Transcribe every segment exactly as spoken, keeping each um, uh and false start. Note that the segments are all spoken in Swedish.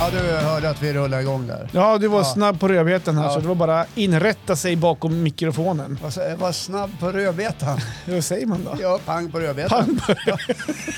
Ja, du hörde att vi rullade igång där. Ja, du var ja. snabb på rödbetan här, ja. så det var bara inrätta sig bakom mikrofonen. Var, var snabb på rödbetan. Vad säger man då? Ja, pang på rödbetan. Pang på rödbetan.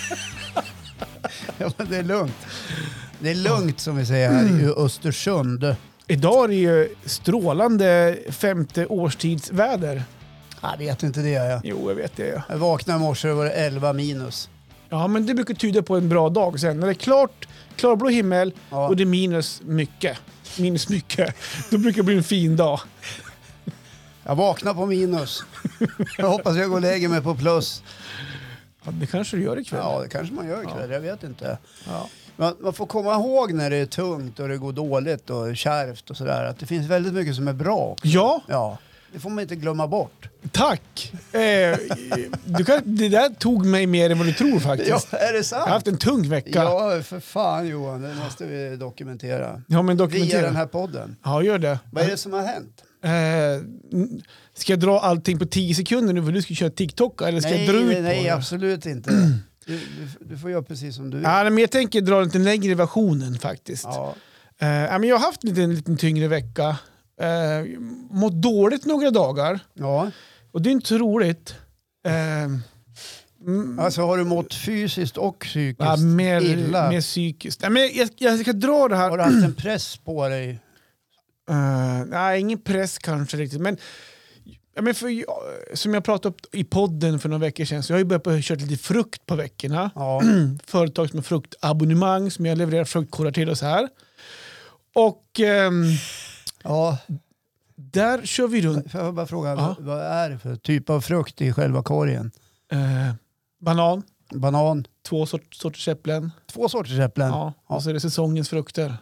Ja, men det är lugnt. Det är lugnt som vi säger här i Östersund. Idag är det ju strålande femte årstidsväder. Jag vet inte det. Jag, Jo, jag vet det. Ja. jag vaknade i morse och det var elva minus. Ja, men det brukar tyda på en bra dag sen. När det är klart, klarblå himmel Ja. och det är minus mycket. Minus mycket. Då brukar det bli en fin dag. Jag vaknar på minus. Jag hoppas jag går och lägger mig på plus. Ja, det kanske du gör ikväll. Ja, det kanske man gör ikväll. Jag vet inte. Ja. Man, man får komma ihåg när det är tungt och det går dåligt och kärvt och sådär. Att det finns väldigt mycket som är bra också. Ja. Ja, det får man inte glömma bort. Tack! Eh, du kan, det där tog mig mer än vad du tror faktiskt. Ja, är det sant? Jag har haft en tung vecka. Ja, för fan Johan. Det måste vi dokumentera. Ja, men dokumentera. Via den här podden. Ja, gör det. Vad är det som har hänt? Eh, ska jag dra allting på tio sekunder nu för du ska köra TikTok eller ska Nej, jag dra ut nej, på nej det? absolut inte. Du, du, du får göra precis som du vill. Ja, men jag tänker dra den lite längre versionen faktiskt. Ja. Eh, ja, men jag har haft en liten, liten tyngre vecka. Eh, mått dåligt några dagar. Ja. Och det är inte så roligt. Eh, mm, Alltså har du mått fysiskt och psykiskt ja, mer, illa? mer psykiskt. Nej, men jag, jag ska dra det här. Har du haft en press på dig? Uh, nej, ingen press kanske riktigt. Men, ja, men för, jag, som jag pratade upp i podden för några veckor sedan, så jag har ju börjat på, kört lite frukt på veckorna. Ja. Företag som har fruktabonnemang som jag levererar fruktkorgar till och så här. Och um, Ja. där kör vi runt. Får jag bara fråga, Ja. vad, vad är det för typ av frukt i själva korgen? Uh, banan, Banan? två sort, sorters äpplen. Två sorters äpplen? Ja, Ja. och så är det säsongens frukter.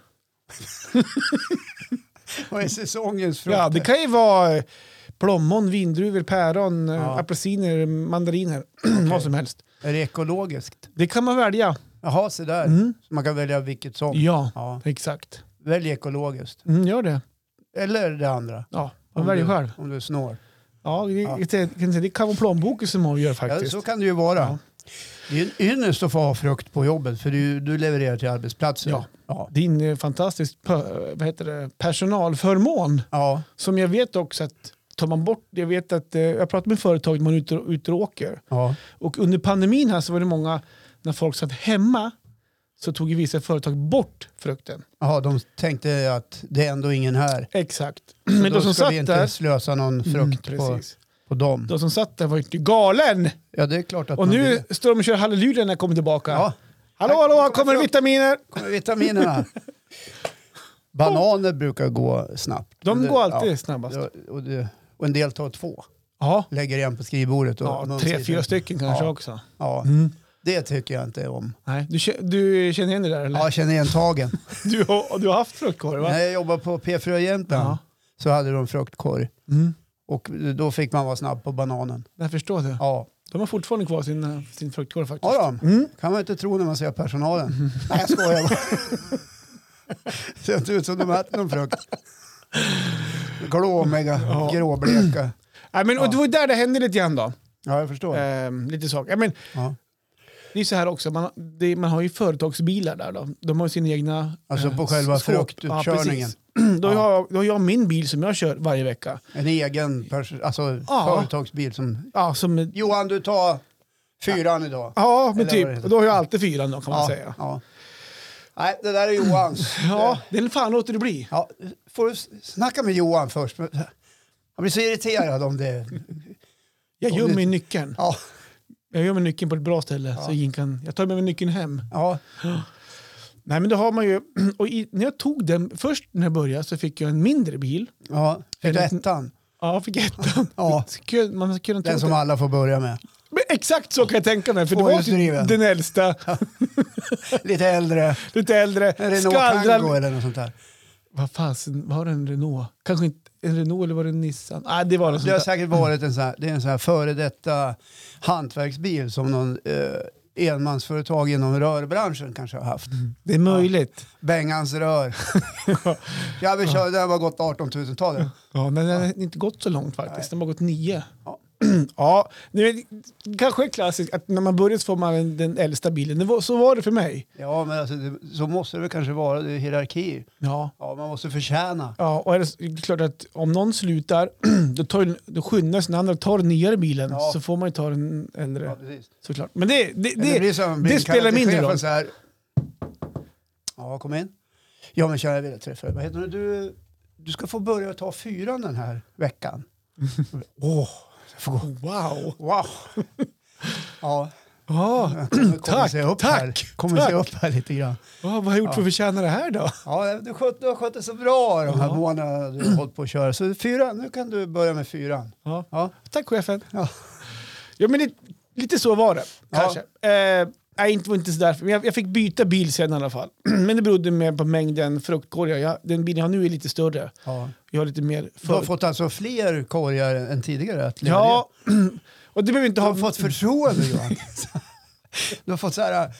Vad är säsongens frukt? Ja, det kan ju vara plommon, vindruvor, päron, Ja. apelsiner, mandariner, vad som helst. Är det ekologiskt? Det kan man välja. Jaha, så där. Mm. Så man kan välja vilket som. Ja, Ja. exakt. Välj ekologiskt. Mm, gör det. Eller det andra. Ja, man Om väljer du, själv. Om du är snår. Ja, det, Ja. det, det, det kan vara plånboken som avgör Ja, faktiskt. så kan det ju vara. Ja. Det är en ynnest att få ha frukt på jobbet för du, du levererar till arbetsplatser. Ja. Ja. Din eh, fantastiskt pe- vad heter det, personalförmån Ja. som jag vet också att tar man bort, jag vet att eh, jag pratar med företag när man är ute och, ute och åker. Ja. Och under pandemin här så var det många, när folk satt hemma så tog ju vissa företag bort frukten. Jaha, de tänkte att det är ändå ingen här. Exakt. Så Men då de som ska satt vi inte där, slösa någon frukt mm, på, precis. på dem. De som satt där var ju inte galen. Ja, det är klart att Och man nu vill. står de och kör halleluja när jag kommer tillbaka. Ja. Hallå, Här hallå, kommer kommer det frukt. vitaminer? Kommer vitaminerna. Bananer brukar gå snabbt. De Och det- går alltid ja. snabbast. Ja, Och, det, och en del tar två. Ja, Lägger igen på skrivbordet. Och ja någon tre, sitter- fyra stycken kanske Ja. också. Ja, Mm. det tycker jag inte om. Nej, du, kä- du känner igen det där eller? Ja, jag känner igen tagen. Du, har, du har haft fruktkorg va? När jag jobbade på P fyra Jämtland Ja. så hade de fruktkorg. Mm. Och då fick man vara snabb på bananen. Jag förstår det. Ja, De har fortfarande kvar sin, sin fruktkorg faktiskt. ja då. Mm. Kan man inte tro när man ser personalen. Nej, jag skojar bara. Ser inte ut som de äter någon frukt. Glåmiga, Ja. gråbleka. Nej, men, och det var ju där det hände lite grann då. Ja, jag förstår. Ehm, lite saker. Ja, men, Ja. det är så här också, man, det, man har ju företagsbilar där då. De har ju sina egna Alltså eh, på själva skåp. fruktutkörningen. Ja, precis. Då, har jag, då har jag min bil som jag kör varje vecka. En egen pers- alltså Ja. företagsbil som... Ja, som, Johan, du tar fyran idag. ja men Eller vad det typ. heter. Och då har jag alltid fyran då kan man Ja, säga. ja. Nej, det där är Johans. Ja, den fan låter det bli. Ja, får du s- snacka med Johan först. Han blir så irriterad om det. Jag Om gör det- mig nyckeln. Ja, Jag gör mig nyckeln på ett bra ställe. Ja. Så jag, kan, jag tar med mig nyckeln hem. ja. Nej men då har man ju, och i, när jag tog den, först när jag började så fick jag en mindre bil. ja. Fick du ettan? Ja, jag fick ettan. Ja. Så kunde- Man kunde Den tro som det. alla får börja med. Men exakt så kan jag tänka mig, för det var typ Tvåhjulsdriven. den äldsta, Lite äldre. lite äldre, En Renault Tango skallrad. eller något sånt där. Vad fasen, var det en Renault? Kanske inte en Renault eller var det en Nissan? Nej, det var något Det har sånt där. säkert varit en sån här, det är en sån här före detta hantverksbil som någon eh, enmansföretag inom rörbranschen kanske har haft. Det är möjligt. Bengans rör. Jag vill köra, det har gått arton tusen-talet. Ja, men den har inte gått så långt faktiskt. Den har gått nio. Ja. Ja, det är kanske är klassiskt att när man börjar så får man den äldsta bilen. Det var, så var det för mig. Ja, men alltså, det, så måste det väl kanske vara. Det är hierarki. Ja. Ja, man måste förtjäna. Ja, och är det, det är klart att om någon slutar, då, tar, då skyndar sig den andra och tar den nyare bilen. Ja. Så får man ju ta den äldre. Ja, precis. Såklart. Men det, det, det, det, blir som, blir det spelar mindre roll. Så här. Ja, kom in. Ja, men tjena, jag vill träffa dig. Vad heter du? du? Du ska få börja ta fyran den här veckan. Åh, oh, wow. Wow. Ja. Oh, kommer, tack, se upp tack, här. Kommer tack. se upp här lite grann. Oh, vad har jag gjort ja. för att förtjäna det här då? Ja, du, sköt, du har skött det så bra de här ja. månaderna du har hållit på att köra. Så fyra, nu kan du börja med fyran. Ja. Ja. Tack chefen. Ja. Ja, men det, lite så var det. Ja. Kanske. Eh, nej, inte var inte så därför. Men jag, jag fick byta bil sen i alla fall. Men det berodde med på mängden fruktkorgar. Jag, den bilen jag har nu är lite större. Ja. Jag har lite mer... För... Du har fått alltså fler korgar än tidigare att leverera. Ja, och det behöver inte Du ha... har fått förtroende, Johan. Du har fått så här...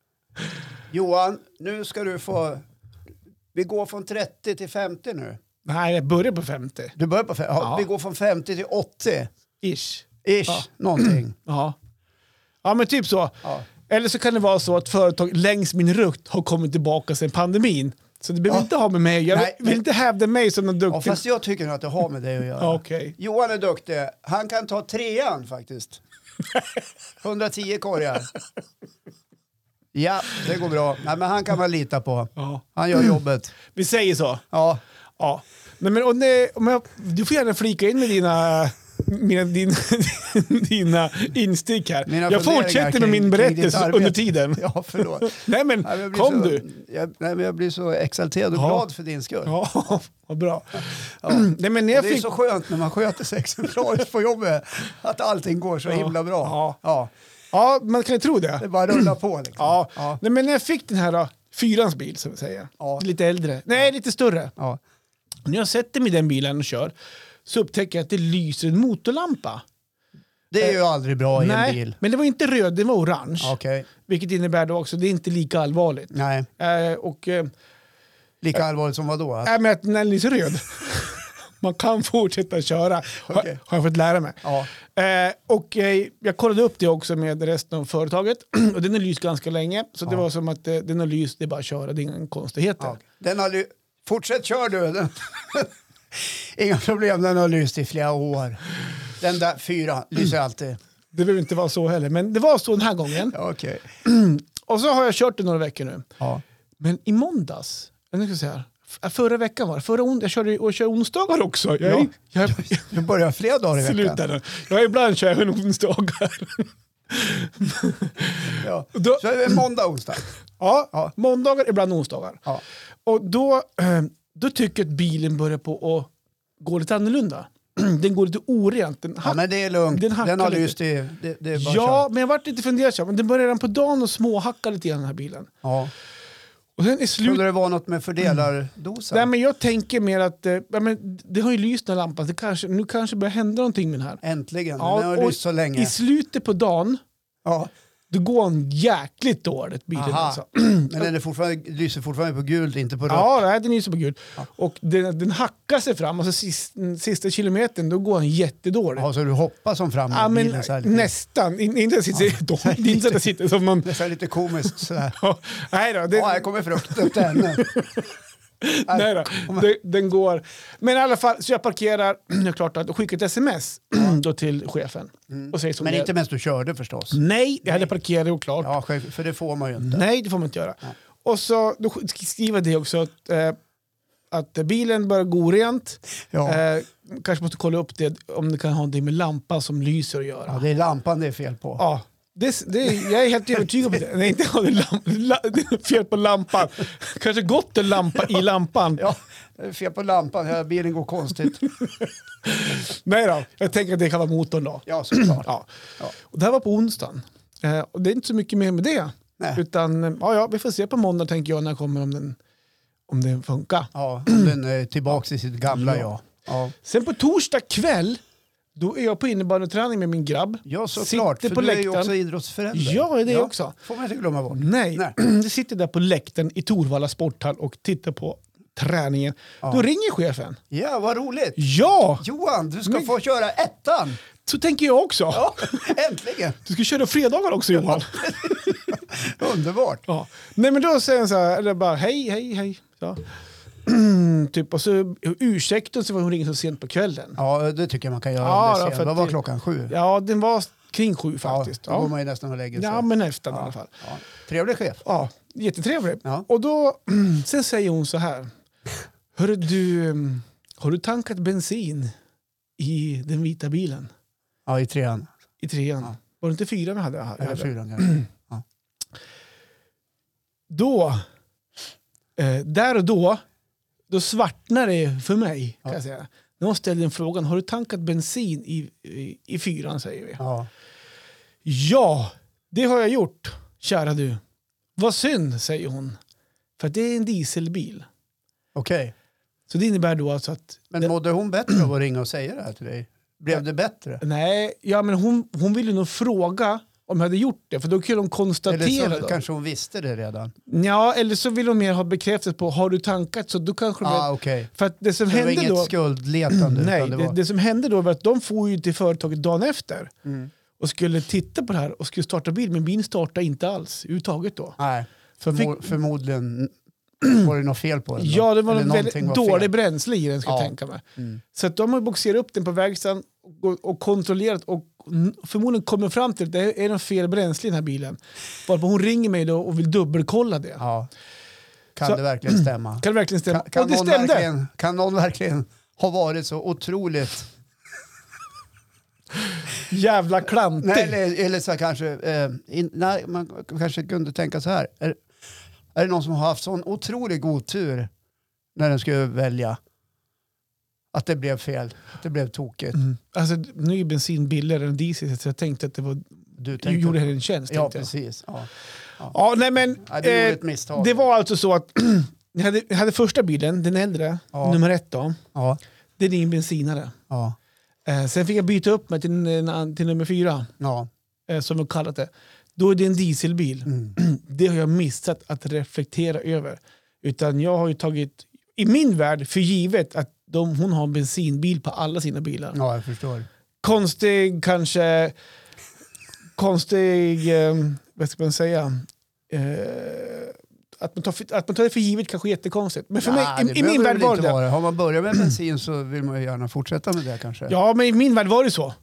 Johan, nu ska du få... Vi går från trettio till femtio nu. Nej, jag börjar på femtio. Du börjar på femtio. Ja, Ja. Vi går från femtio till åttio. Ish. Ish, Ja. någonting. Ja. Ja, men typ så. Ja. Eller så kan det vara så att företag längs min rutt har kommit tillbaka sedan pandemin. Så det behöver Ja. inte ha med mig. Jag Nej, vill men- inte hävda mig som en duktig... Ja, fast jag tycker nog att det har med det att göra. Ja, okej. Johan är duktig. Han kan ta trean faktiskt. hundratio korgar. Ja, det går bra. Nej, men han kan man lita på. Ja. Han gör jobbet. Vi säger så. Ja, Ja. Nej, men, och nej, om jag, du får gärna flika in med dina, mina, din, dina instick här. Mina Jag funderingar fortsätter med kring- min kring ditt berättelse arbete. under tiden. ja förlåt. Nej men, Nej, men jag blir kom så, du. Jag, nej, men jag blir så exalterad och Ja. glad för din skull. Ja, vad bra. Ja. Nej, men när Och jag det är fick... så skönt när man sköter sig exemplariskt på jobbet att allting går så Ja. himla bra. Ja. Ja. Ja, man kan ju tro det. Det bara rullar på. Liksom. Ja. Ja. Nej, men när jag fick den här då, fyrans bil, som vi säger. Ja. Lite äldre. Nej, lite större. Ja. När jag sätter mig i den bilen och kör så upptäcker jag att det lyser en motorlampa. Det är ju aldrig bra i en Nej, bil. men det var inte röd, det var orange. Okej. Vilket innebär då också, det är inte lika allvarligt. Nej, Eh, och... Eh, lika allvarligt som vad då? Att- Nej, men att den är lite röd. Man kan fortsätta köra, har, Okej. har jag fått lära mig. Ja. Eh, och eh, jag kollade upp det också med resten av företaget. Och den har lyst ganska länge. Så det Ja. var som att eh, den har lyst, det är bara att köra, det är inga konstigheter. Ja. Den har ly- Fortsätt kör du. Den. Inga problem, den har lyst i flera år. Den där fyra lyser alltid. Det behöver inte vara så heller, men det var så den här gången. Ja, okej. Och så har jag kört det några veckor nu. Ja. Men i måndags, jag ska säga, f- förra veckan var det, förra on- jag körde och kör onsdagar också. Jag, Ja. jag, Du börjar flera dagar i veckan. sluta nu. Ja, ibland kör jag onsdagar. Ja. Då- Så är det måndag, onsdag. Ja, Ja. måndagar, ibland onsdagar. Ja. Och då, eh, då tycker jag att bilen börjar på att gå lite annorlunda. Den går lite orent. Den Ja, hack- men det är lugnt. Den Den, hackar har lite. lyst i... Det, det är bara ja, kör. men jag varit lite fundersam. Men den börjar redan på dagen och småhacka lite grann den här bilen. Ja. Och sen i slut... Kunde det vara något med fördelardosan? Nej, men jag tänker mer att eh, ja, men det har ju lyst den här lampan. Det kanske, nu kanske börjar hända någonting med den här. Äntligen. Ja, den har och lyst så länge. I slutet på dagen, Ja. då går den jäkligt dåligt, bilen. Aha. Alltså. Men den är fortfarande, lyser fortfarande på gult, inte på rött. Ja, nej, den är ju så på gud. Och den, den hackar sig fram, och så sista, sista kilometern, då går den jättedåligt. Ja, så du hoppar som fram Ja, i men bilen så här lite. nästan. In, inte att sitta, Ja. ja. Det är inte så att jag sitter som man... Nästan lite komiskt sådär. Ja, nej då, det, Ja, här kommer frukten till henne. nej då, det, den går... Men i alla fall, så jag parkerar, det är klart att skicka ett sms då till chefen. Och säger som Men det är. inte medan du körde förstås. Nej, jag hade parkerat och klart. Ja, själv- för det får man ju inte. Nej, det får man inte göra. Och så då skriver det också att, eh, att bilen börjar gå rent. Ja. Eh, kanske måste kolla upp det om det kan ha det med lampan som lyser att göra. Ja, det är lampan det är fel på. Ja, det, det, jag är helt övertygad om det. Nej, inte har det, lamp, la, det är fel på lampan. Kanske gått en lampa i lampan. Ja, det är fel på lampan. Ja, bilen går konstigt. Nej då, jag tänker att det kan vara motorn då. Ja, såklart. Ja. Ja. Och det här var på onsdagen. Eh, och det är inte så mycket mer med det. Nej. Utan, eh, ja, ja, vi får se på måndag, tänker jag, när jag kommer, om den, om den funkar. Ja, om den är tillbaka i sitt gamla Ja. ja. Ja, Sen på torsdag kväll, då är jag på innebandeträning med min grabb. ja såklart. Sitter För på du är ju läktaren. också idrottsförälder. Jag är det också. får man inte glömma bort. Nej, Nej. det sitter där på läktaren i Torvalla sporthall och tittar på träningen. Ja. Då ringer chefen. Ja, vad roligt. Ja! Johan, du ska Men- få köra ettan. Så tänker jag också. Ja, äntligen. Du ska köra fredagar också, Johan. Underbart. Ja. Nej, men då säger han så här, eller bara hej, hej, hej. Så. typ, och så ursäkta så var hon ringer så sent på kvällen. Ja, det tycker jag man kan göra. Ja, Ja, då, för Vad att var det- klockan? Sju? Ja, den var kring sju faktiskt. Ja, då går Ja, man ju nästan och lägger sig. ja men nästan i alla Ja. fall. Ja. Trevlig chef. Ja, jättetrevlig. Ja. Och då, sen säger hon så här. Hörru du, um, har du tankat bensin i den vita bilen? Ja, i trean. I trean. Ja. Var det inte fyra vi hade? Eller fyran kanske. Då, eh, där och då, då svartnar det för mig. Kan Ja. jag säga. När hon ställde den frågan, har du tankat bensin i, i, i fyran, säger vi. Ja. Ja, det har jag gjort, kära du. Vad synd, säger hon. För att det är en dieselbil. Okej. Så det innebär då alltså att... Men det, mådde hon bättre av att ringa och säga det här till dig? Blev det bättre? nej, ja, men hon, hon ville nog fråga om jag hade gjort det. För då kunde hon konstatera. Eller så då. kanske hon visste det redan. Ja, eller så vill hon mer ha bekräftat på, har du tankat? Så då kanske de Ja, ah, okej. För att det som Så det var hände inget då... skuldletande? Nej, utan det det, var... det som hände då var att de får ju till företaget dagen efter. Mm. Och skulle titta på det här och skulle starta bil. Men bilen startade inte alls överhuvudtaget då. Nej, Så förmo- fick, förmodligen var det något fel på den. då? ja, det var Eller en någonting väldigt var fel. dålig bränsle i den, ska jag Ja. tänka mig. Mm. Så att de har boxerat upp den på verkstaden och, och kontrollerat och n- förmodligen kommer fram till att det är något fel bränsle i den här bilen. Varpå hon ringer mig då och vill dubbelkolla det. Ja. Kan Så- det verkligen stämma? Kan det verkligen stämma? Kan, kan, och det någon stämde! verkligen, kan någon verkligen ha varit så otroligt... Jävla klantig. Nej, eller, eller så här kanske... Eh, in, nej, man kanske kunde tänka så här. Är, är det någon som har haft sån otrolig god tur när den skulle välja? Att det blev fel, att det blev tokigt. Mm. Alltså, nu är ju bensin billigare än diesel så jag tänkte att det var... Du Jag tänkte, gjorde henne en tjänst. ja, tänkte jag. precis. Ja. Ja, nej men... Ja, du gjorde eh, ett misstag. det var alltså så att jag hade, jag hade första bilen, den äldre, Ja. nummer ett då. Ja, Det är en bensinare. ja, Eh, sen fick jag byta upp mig till, en- till nummer fyra, ja. eh, som vi kallat det. Då är det en dieselbil. Mm. Det har jag missat att reflektera över. Utan jag har ju tagit, i min värld, för givet att de, hon har en bensinbil på alla sina bilar. Ja, jag förstår. Konstig, kanske... Konstig, eh, vad ska man säga? Eh, att, man tar för, att man tar det för givet kanske är jättekonstigt. Men för Nej, mig, det i, i min behöver värld det var inte det. vara. Har man börjat med bensin så vill man ju gärna fortsätta med det kanske. Ja, men i min värld var det så.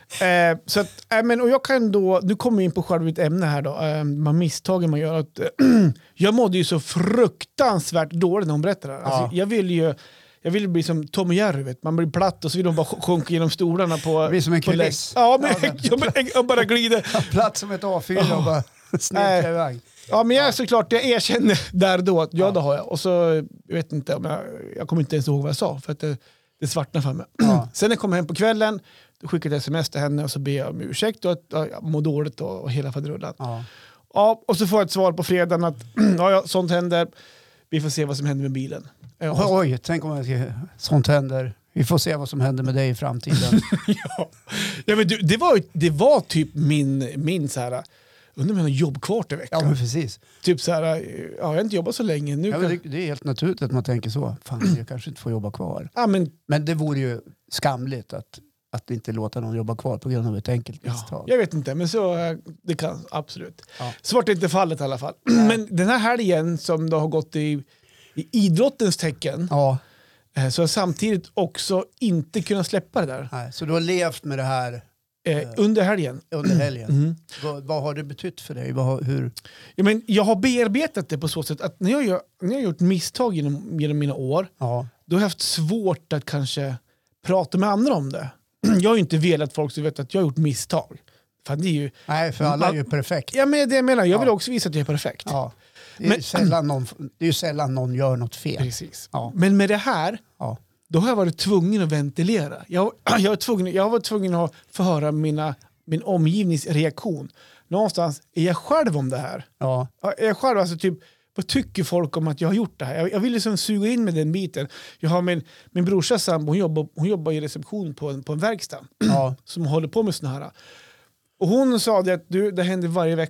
Eh, så att, äh, men, och jag kan då, nu kommer vi in på själva mitt ämne här då, eh, man misstagen man gör. Att, jag mådde ju så fruktansvärt dåligt när hon berättade det här. Alltså, Ja. jag ville ju jag ville bli som Tom och Jerry, vet. Man blir platt och så vill de bara sj- sjunka genom stolarna på... Det blir som en på kuliss. lägg. Ja, men, Ja, jag, jag, jag bara glider. Plats som ett A fyra och bara snirkla Nej. iväg. Ja, men jag såklart, jag erkänner där då att ja, det har jag. Och så, jag vet inte, om jag, jag kommer inte ens ihåg vad jag sa för att det, det svartnade för mig. Ja. Sen när jag kom hem på kvällen, då skickade jag sms till henne och så ber jag om ursäkt och att ja, jag mår dåligt och, och hela faderullan. Ja. Ja, och så får jag ett svar på fredagen att ja, ja, sånt händer. Vi får se vad som händer med bilen. Ja, Oj, tänk om jag ska, sånt händer. Vi får se vad som händer med dig i framtiden. ja. Ja, men du, det, var, det var typ min, min så här, undrar om jag har jobb kvar till veckan. Ja, men precis. Typ så här, ja, jag har inte jobbat så länge. Nu Ja, kan... men det, det är helt naturligt att man tänker så. Fan, jag kanske inte får jobba kvar. ja, men, Men det vore ju skamligt att, att inte låta någon jobba kvar på grund av ett enkelt ja, misstag. jag vet inte, men så eh, det kan absolut. Ja. Så var det inte fallet i alla fall. Men den här helgen som då har gått i, i idrottens tecken Ja, eh, så har jag samtidigt också inte kunnat släppa det där nej. Så du har levt med det här eh, under helgen. under helgen. Mm. Vad, vad har det betytt för dig? Vad, har- hur? Ja, men jag har bearbetat det på så sätt att när jag, gör, när jag har gjort misstag genom, genom mina år, Ja, då har jag haft svårt att kanske prata med andra om det. Jag har ju inte velat att folk ska veta att jag har gjort misstag. För det är ju, nej, för alla är ju perfekt. ja, men det jag menar, jag vill Ja. också visa att jag är perfekt. Ja. Det, är ju Men- sällan någon, det är ju sällan någon gör något fel. Precis. Ja. Men med det här, Ja. då har jag varit tvungen att ventilera. Jag, jag, var, tvungen, jag har varit tvungen att få höra mina, min omgivnings reaktion. Någonstans, är jag själv om det här? Ja. Ja, Är jag själv, alltså typ, vad tycker folk om att jag har gjort det här? Jag, jag vill liksom suga in med den biten. Jag har min, min brorsa sambo, hon jobbar, hon jobbar i reception på en, på en verkstad Ja. som håller på med såna här. Och hon sa det att du, det händer varje vecka.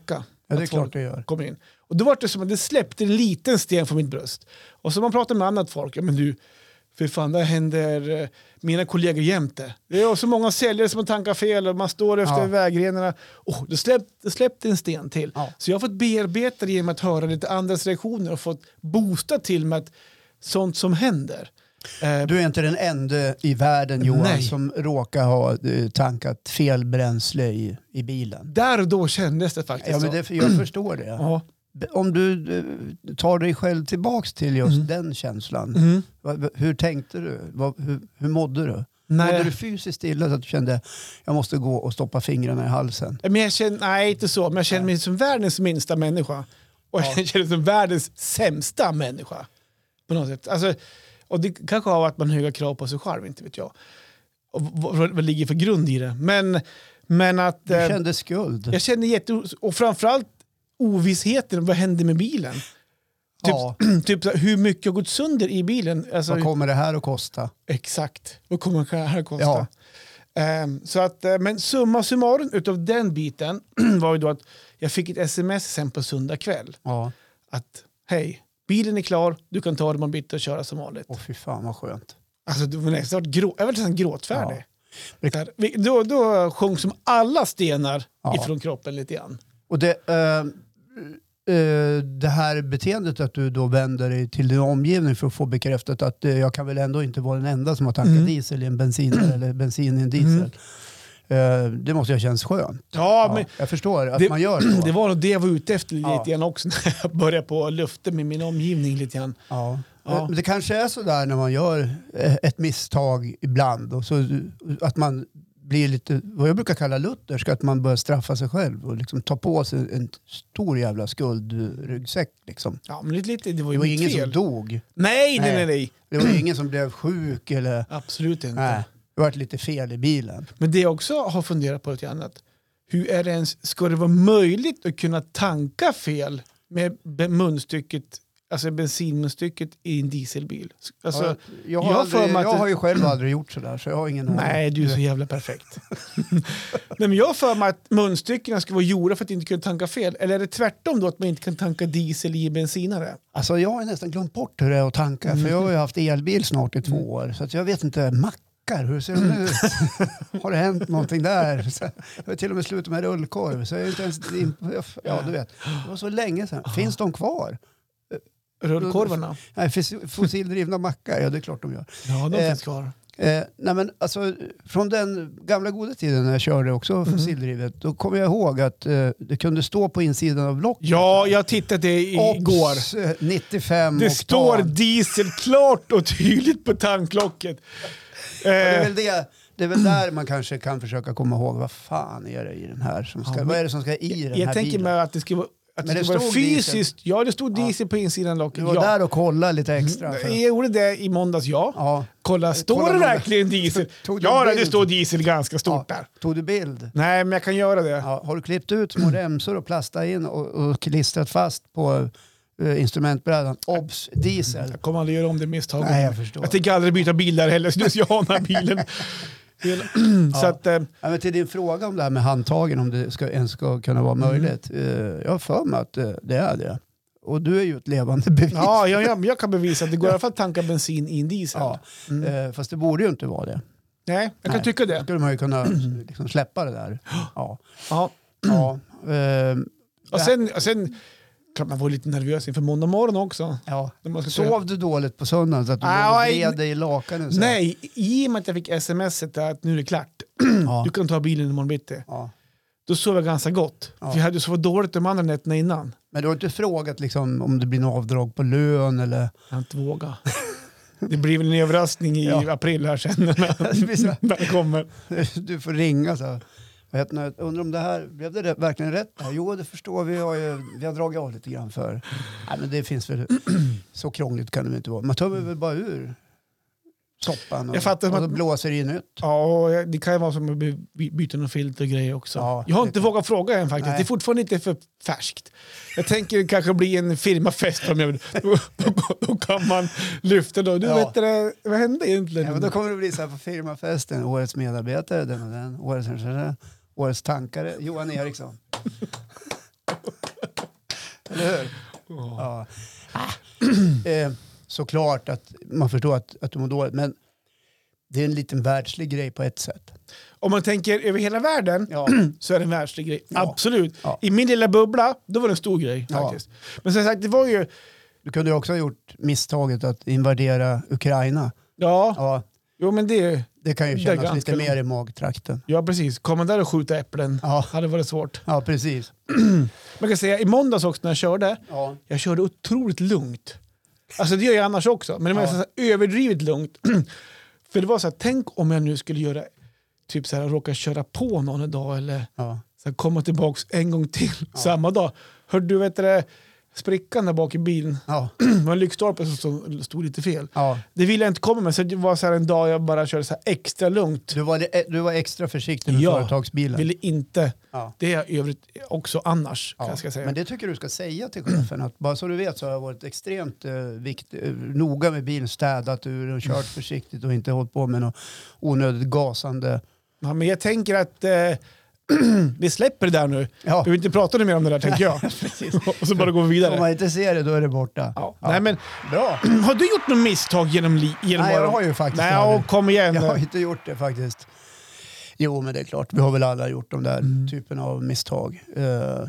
Ja, det är att klart folk det gör. kommer in. Och då var det som att det släppte en liten sten från mitt bröst. Och så man pratar med annat folk, ja men du, för fan det händer eh, mina kollegor jämte. Det är så många säljare som tankar fel och man står efter Ja. vägrenarna. Oh, det, släppte, det släppte en sten till. Ja. Så jag har fått bearbeta det genom att höra lite andras reaktioner och fått boosta till med att sånt som händer. Eh, Du är inte den enda i världen, Johan, Nej. som råkar ha eh, tankat fel bränsle i, i bilen. där och då kändes det faktiskt Ja, men så. det, jag förstår det. Ja. Om du eh, tar dig själv tillbaks till just Mm. den känslan. Mm. Vad- Hur tänkte du? Vad, hur, hur mådde du? Nej. Mådde du fysiskt illa så att du kände jag måste gå och stoppa fingrarna i halsen? Men jag känner, nej, inte så. Men jag känner mig som världens minsta människa. Och Ja. jag känner mig som världens sämsta människa. På något sätt. Alltså, och det kanske har att man har höga krav på sig själv, inte vet jag. Och vad, vad, vad ligger för grund i det? Men, men att... Du eh, kände skuld? jag känner jätte... Och framförallt ovissheten. Vad händer med bilen? Typ, Ja. typ så här, hur mycket har gått sönder i bilen? Alltså, Vad kommer det här att kosta? exakt. Vad kommer det här att kosta? Ja. Ehm, så att, eh, men summa summarum utav den biten var ju då att jag fick ett sms sen på söndag kväll. Ja. Att hej, bilen är klar, du kan ta den man bytte och köra som vanligt. Åh fy fan vad skönt. Alltså det var nästan grå, jag var nästan gråtfärdig. Ja. Där, vi- då, då sjönk som alla stenar Ja. ifrån kroppen lite grann. Och det, eh, eh, det här beteendet att du då vänder dig till din omgivning för att få bekräftat att eh, jag kan väl ändå inte vara den enda som har tankat Mm. diesel i en bensin eller bensin i en diesel. Eh, det måste ju kännas skönt. Ja, Ja, men jag förstår att det- man gör så. det var nog det jag var ute efter lite Ja. grann också när jag började på luften med min omgivning lite grann. Ja. Ja. Men det kanske är så där när man gör eh, ett misstag ibland och så att man blir lite, vad jag brukar kalla luthersk, att man börjar straffa sig själv och liksom ta på sig en stor jävla skuldryggsäck. Liksom. Ja, men lite, lite, det var Det ju var mitt ingen fel. som dog. Nej, nej, Nej. nej, nej. Det var ju ingen som blev sjuk eller Absolut inte. nej, det var lite fel i bilen. Men det jag också har funderat på lite annat. Hur är det ens, ska det vara möjligt att kunna tanka fel med be- munstycket, alltså bensinmunstycket i en dieselbil? Alltså, Ja, jag, har jag har aldrig, för mig att jag det- har ju själv aldrig gjort sådär så jag har ingen aning. nej, du är så jävla perfekt. Nej, men jag har för mig att munstyckena ska vara gjorda för att inte kunna tanka fel. Eller är det tvärtom då att man inte kan tanka diesel i bensinare? Alltså jag har nästan glömt bort hur det är att tanka för jag har ju haft elbil snart i två Mm. år så att jag vet inte, mackar, hur ser de ut? Har det hänt någonting där? Så jag har till och med slutat med rullkorv så jag är inte ens in, ja du vet, det var så länge sedan. Finns de kvar? Rullkorvarna? Nej, fos- fossildrivna mackar, ja det är klart de gör. Ja, de Eh, finns kvar. Eh, nej men alltså, från den gamla goda tiden när jag körde också Mm. fossildrivet, då kommer jag ihåg att eh, det kunde stå på insidan av blocket. Ja, jag tittade igår. Obs, eh, nittiofem Det oktan. står diesel klart och tydligt på tanklocket. Och det, är Eh, väl det, det är väl där man kanske kan försöka komma ihåg vad fan är det i den här som ska, Ja, men- vad är det som ska i den jag här tänker bilen? mig att det ska vara, att Men det det ska vara stod fysiskt. diesel. Ja, det stod diesel på insidan av locket. Du var Ja. där och kollade lite extra. För, Jag gjorde det i måndags, ja. ja. Kolla, står Kolla det noga. verkligen diesel? Tog du Ja, en det bild? står diesel ganska stort Ja. där. Tog du bild? Nej, men jag kan göra det. Ja, har du klippt ut små remsor och plastat in och, och klistrat fast på uh, instrumentbrädan? Obs, diesel. Jag kommer aldrig göra om det misstaget. Nej, jag förstår. Jag tänker aldrig byta bil där heller, så nu ska jag ha den här bilen. Så att, eh, Ja, men till din fråga om det här med handtagen, om det ska, ens ska kunna vara Mm. möjligt. Eh, jag har för mig att eh, det är det. Och du är ju ett levande bevis. ja, jag, jag, jag kan bevisa att det går i alla fall att tanka bensin i en diesel. Ja, Mm. eh, fast det borde ju inte vara det. Nej, jag kan Nej. tycka Då det. skulle man ju kunna liksom, släppa det där. Ja. Ja. Ja. Eh, Och sen, och sen kan man vara lite nervös inför måndag morgon också. ja. När man ska Sov du dåligt på söndagen så att du Ah, låg och nej. vred dig i lakanen? Så? Nej, i och med att jag fick smset där att nu är det klart. Ja. Du kan ta bilen imorgon bitti. Ja. Då sov jag ganska gott. Ja. För jag hade sovit dåligt de andra nätterna innan. Men du har inte frågat liksom, om det blir något avdrag på lön eller? Jag har inte vågat. Det blir väl en överraskning i Ja. april här sen Det blir så- när, när det kommer. Du får ringa så här. Vad heter det? Undrar om det här, blev det rätt- verkligen rätt? Ja, jo, det förstår vi. Har ju, vi har dragit av lite grann för. Nej, men det finns väl, så krångligt kan det inte vara. Man tar väl bara ur soppan och, Jag fattar och som så att- blåser i nytt. Ja, och det kan ju vara som att by- by- byta någon filter och grejer också. Ja, jag har det inte kan- vågat fråga än faktiskt. Nej. Det är fortfarande inte för färskt. Jag tänker kanske bli en firmafest framöver. Då, då, då kan man lyfta då. Du Ja. vet det, vad hände egentligen? Ja, men då kommer det bli så här på firmafesten. Årets medarbetare, den och den. Årets, årets tankare, Johan Eriksson. Eller hur? Ja. eh, såklart att man förstår att, att du mår dåligt, men det är en liten världslig grej på ett sätt. Om man tänker över hela världen Ja. så är det en världslig grej. Ja. Absolut. Ja. I min lilla bubbla, då var det en stor grej faktiskt. Ja. Men som sagt, det var ju... Du kunde ju också ha gjort misstaget att invadera Ukraina. Ja, Ja, jo men det... det kan ju Det är kännas ganska lite långt. mer i magtrakten. Ja, precis. Komma där och skjuta äpplen Ja. hade varit svårt. Ja, precis. Man kan säga, i måndags också när jag körde, Ja. jag körde otroligt lugnt. Alltså det gör jag annars också, men det var Ja. så här överdrivet lugnt. För det var så här, tänk om jag nu skulle göra, typ så här, råka köra på någon idag eller Ja. så här, komma tillbaks en gång till samma dag. Hörde du, vet det, sprickan där bak i bilen? Ja. Det var en lyktstolpe som stod, stod lite fel. Ja. Det ville jag inte komma med, så det var så här en dag jag bara körde så här extra lugnt. Du, var, du var extra försiktig med Ja. företagsbilen. Ville inte, Ja. det är jag i övrigt också annars, Ja. kan jag ska säga. Men det tycker du ska säga till chefen. Att bara så du vet så har jag varit extremt eh, vikt, eh, noga med bilen, städat ur och kört försiktigt och inte hållit på med något onödigt gasande. Ja, men jag tänker att eh, vi släpper det där nu. Ja. Vi vill inte prata mer om det där, tänker jag. Och så bara går vi Om vidare. man inte ser det då är det borta. Ja. Ja. Nej, men, Bra. har du gjort något misstag genom, li- genom Nej, jag åren? har ju faktiskt Nej, aldrig. och kom igen. Jag har inte gjort det faktiskt. Jo, men det är klart. Vi har väl alla gjort de där Mm. typen av misstag. Uh,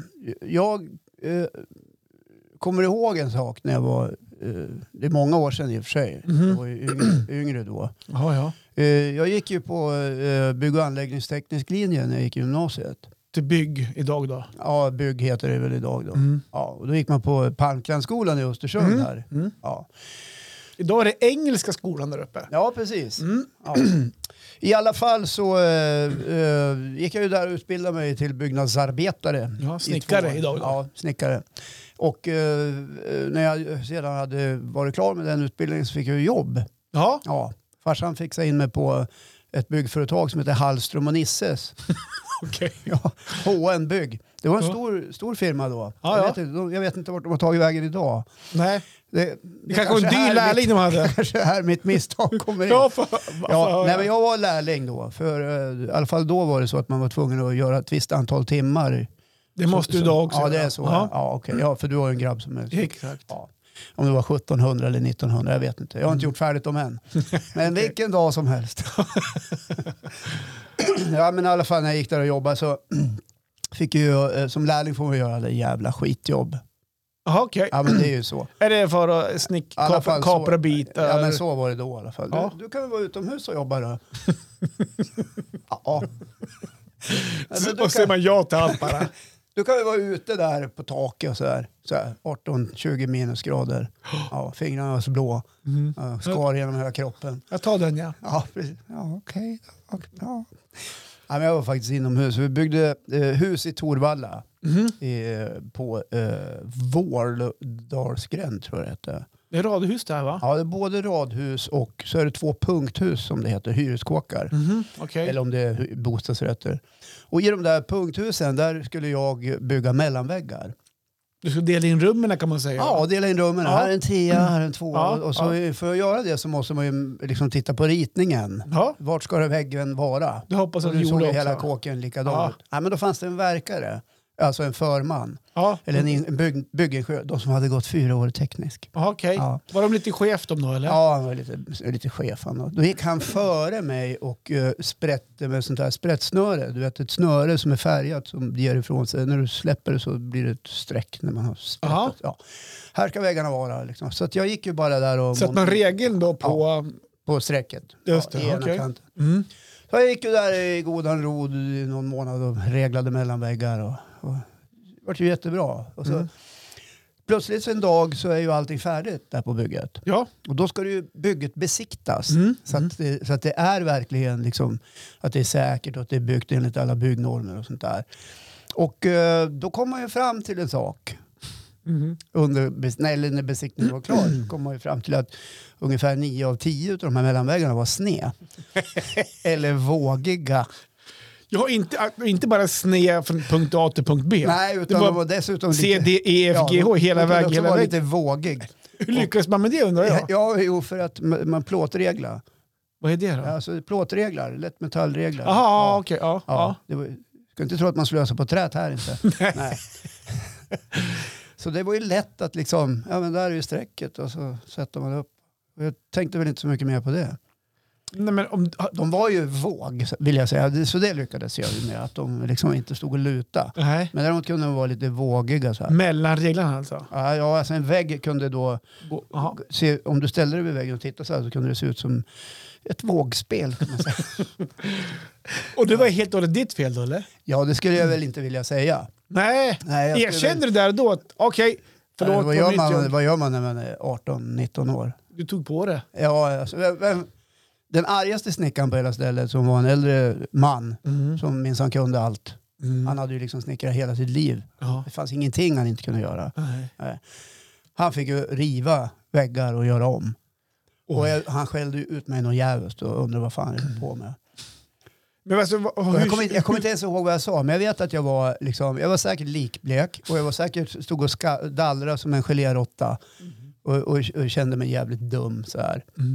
jag uh, kommer ihåg en sak när jag var, uh, det är många år sedan i och för sig. Mhm. Jag var ju yngre, yngre då. Ja, ja. Uh, jag gick ju på uh, bygg- och anläggningsteknisk linje när jag gick i gymnasiet. Till bygg idag då. Ja, bygg heter det väl idag då. Mm. Ja, och då gick man på Palmklandsskolan i Östersund Mm. här. Mm. Ja. Idag är det engelska skolan där uppe. Ja, precis. Mm. Ja. I alla fall så eh, eh, gick jag ju där och utbildade mig till byggnadsarbetare. Ja, i snickare två år. idag då. Ja, snickare. Och eh, när jag sedan hade varit klar med den utbildningen så fick jag ju jobb. Ja, Ja, farsan fixade in mig på ett byggföretag som heter Hallström och Nisses. okej. Ja, H N Bygg. Det var en Ja. stor, stor firma då. Ja, jag, ja. vet inte, de- jag vet inte vart de har tagit vägen idag. Nej, Det, det kanske var en dyr här lärling mitt, de hade. kanske här mitt misstag kommer in. Ja, för, Ja, nej, men jag var lärling då. För, eh, i alla fall då var det så att man var tvungen att göra ett visst antal timmar. det måste du Så- idag också. Ja, det är så. Ja. Ja. Ja, okej. Ja, för du har ju en grabb som är... Exakt. Ja. Om det var sjuttonhundra eller nittonhundra, jag vet inte. Jag har inte gjort färdigt dem än. Men vilken dag som helst. Ja, men i alla fall när jag gick där och jobbade så fick ju, eh, som lärling får man göra det jävla skitjobb. Jaha, okej. Ja, men det är ju så. Är det för att snick, I alla kapra, fall kapra så- bitar? Ja, men så var det då i alla fall. Ja. Du, du kan väl vara utomhus och jobba då? Ja. Nej, men du Och säger kan- man ja till allt bara. Du kan ju vara ute där på taket och så här, så här arton tjugo minusgrader. Ja, fingrarna var så blå. Mm. Ja, skar genom hela kroppen. Jag tar den, ja. Ja, precis. Ja, okej. Okay. Ja. Ja, men jag var faktiskt inomhus. Vi byggde eh, hus i Torvalla Mhm. i, eh, på eh, Vårdalsgränd tror jag det hette. Det är radhus där, va? Ja, det är både radhus och så är det två punkthus som det heter, hyreskåkar. Mhm, okej. Eller om det är hy- bostadsrätter. Och i de där punkthusen där skulle jag bygga mellanväggar. Du ska dela in rummen kan man säga. Ja, dela in rummen. Ja. Här är en tia, här är en tvåa. Ja, Och så för att göra det så måste man ju liksom titta på ritningen. Ja, Vart ska det väggen vara? det hoppas Och att du du såg gjorde ju också. hela kåken likadan Ja. ut. Ja, men då fanns det en verkare. Alltså en förman. Ja, Eller en, in- en bygg, byggenskö. De som hade gått fyra år teknisk. ja okej. Ja. Var de lite chef de då, eller? Ja, han var lite, lite chef han då. Då gick han före mig och uh, sprätte med sånt här sprättsnöre. Du vet ett snöre som är färgat som ger ifrån sig. När du släpper det så blir det ett streck när man har sprättat. Aha. Ja. Här ska väggarna vara liksom. Så att jag gick ju bara där och... Så att man regeln då på... på strecket. Just det, ja, i ena okej. kanten. Mm. Så jag gick ju där i godan ro i någon månad och reglade mellan väggar. Och, och det var ju jättebra. Och så, Mm. plötsligt så en dag så är ju allting färdigt där på bygget. Ja. Och då ska ju bygget besiktas. Mm. Så, att det, så att det är verkligen liksom, att det är säkert och att det är byggt enligt alla byggnormer och sånt där. Och eh, då kom man ju fram till en sak. Mm. Under, bes- nej, eller när besiktningen var klar kom man ju fram till att ungefär nio av tio av de här mellanväggarna var sned. Eller vågiga. Jag har inte, inte bara sned från punkt A till punkt B. Nej, Det utan var de var dessutom C, lite... D, E, F, G, H hela de- de vägen. också Hela var vägen. lite vågig. Hur lyckades man med det undrar jag? Ja, jo, för att man man plåtreglar. Vad är det då? Alltså plåtreglar, lättmetallreglar. Jaha, Ja. okej. Ja, Ja, ja. det var, ska inte tro att man skulle lösa på trät här inte. Nej. Så det var ju lätt att liksom, ja men där är ju strecket och så sätter man upp. Och jag tänkte väl inte så mycket mer på det. Nej, men om, De var ju våg, vill jag säga. Så det lyckades jag ju med, att de liksom inte stod och luta. nej. Men däremot kunde de vara lite vågiga så här. Mellan reglerna alltså? Ja, ja, alltså en vägg kunde då, Aha. se, om du ställde dig vid väggen och tittade så här så kunde det se ut som ett vågspel kan man säga. Och det var helt och hållet ditt fel då, eller? Ja, det skulle jag väl inte vilja säga. Nej, Nej, jag skulle erkände väl- du där och då att okej, förlåt, vad, vad gör mitt man, jobb. vad gör man när man är arton nitton år? Du tog på det. Ja, alltså, vem- vem- den argaste snickaren på hela stället som var en äldre man Mm. som minsann kunde allt. Mm. Han hade ju liksom snickrat hela sitt liv. Ja. Det fanns ingenting han inte kunde göra. Nej. Han fick ju riva väggar och göra om. Och Oj. jag, han skällde ju ut mig någon jävligt och undrade vad fan jag höll på med. Men alltså, vad- Och hur, jag, kommer inte, jag kommer inte ens ihåg vad jag sa, men jag vet att jag var, liksom, jag var säkert likblek och jag var säkert stod och ska, dallrade som en geléråtta och, och, och kände mig jävligt dum så här. Mm.